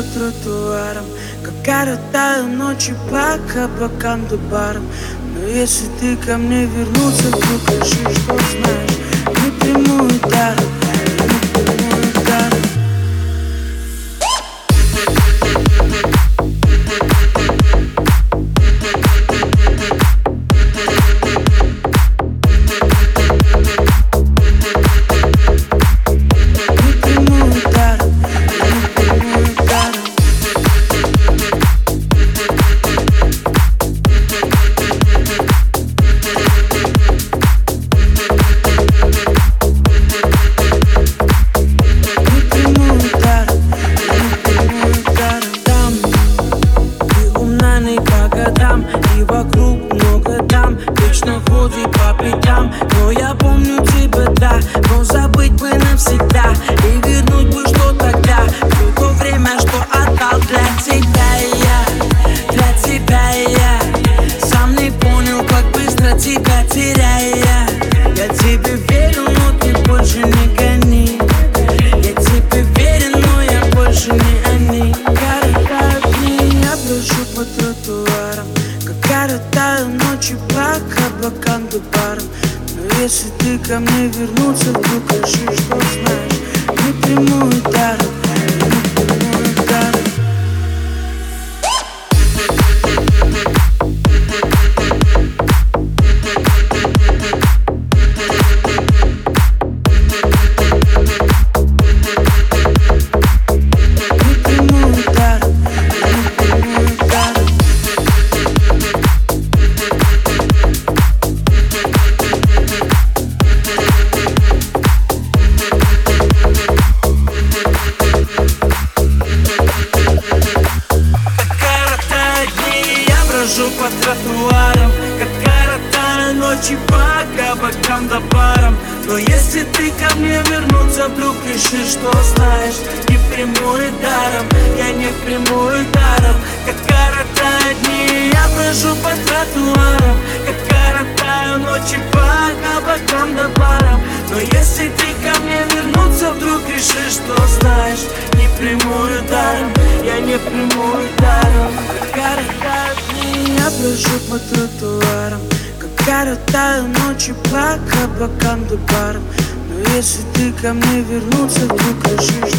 по тротуарам, как коротаю ночи по кабакам да барам. Но если ты ко мне вернуться, вдруг решишь, что знаешь, не приму ударом, не приму ударом. И вокруг много дам, вечно ходит по пятам. Но я помню тебя, да, но забыть бы навсегда. И вернуть бы, что тогда, все то время, что отдал для тебя я. Для тебя я сам не понял, как быстро тебя теряя. Я тебе верю, но ты больше не гони. Я тебе верен, но я больше не они. Коротают дни, я брожу по тротуарам, коротаю ночи по кабакам да барам. Но если ты ко мне вернуться, вдруг решишь, что знаешь, не приму ударом, не приму ударом. Брожу по тротуарам, как коротаю ночи по кабакам да барам. Но если ты ко мне вернуться, вдруг решишь, что знаешь, не приму и даром, я не приму и даром. Как коротаю дни, я брожу по тротуарам, как коротаю ночи по кабакам да барам. Но если ты ко мне вернуться, вдруг решишь, что знаешь, не приму и даром, я не приму и даром. Как коротаю дни, я брожу по тротуарам, как коротаю ночи по кабакам да барам. Но если ты ко мне вернуться, вдруг решишь,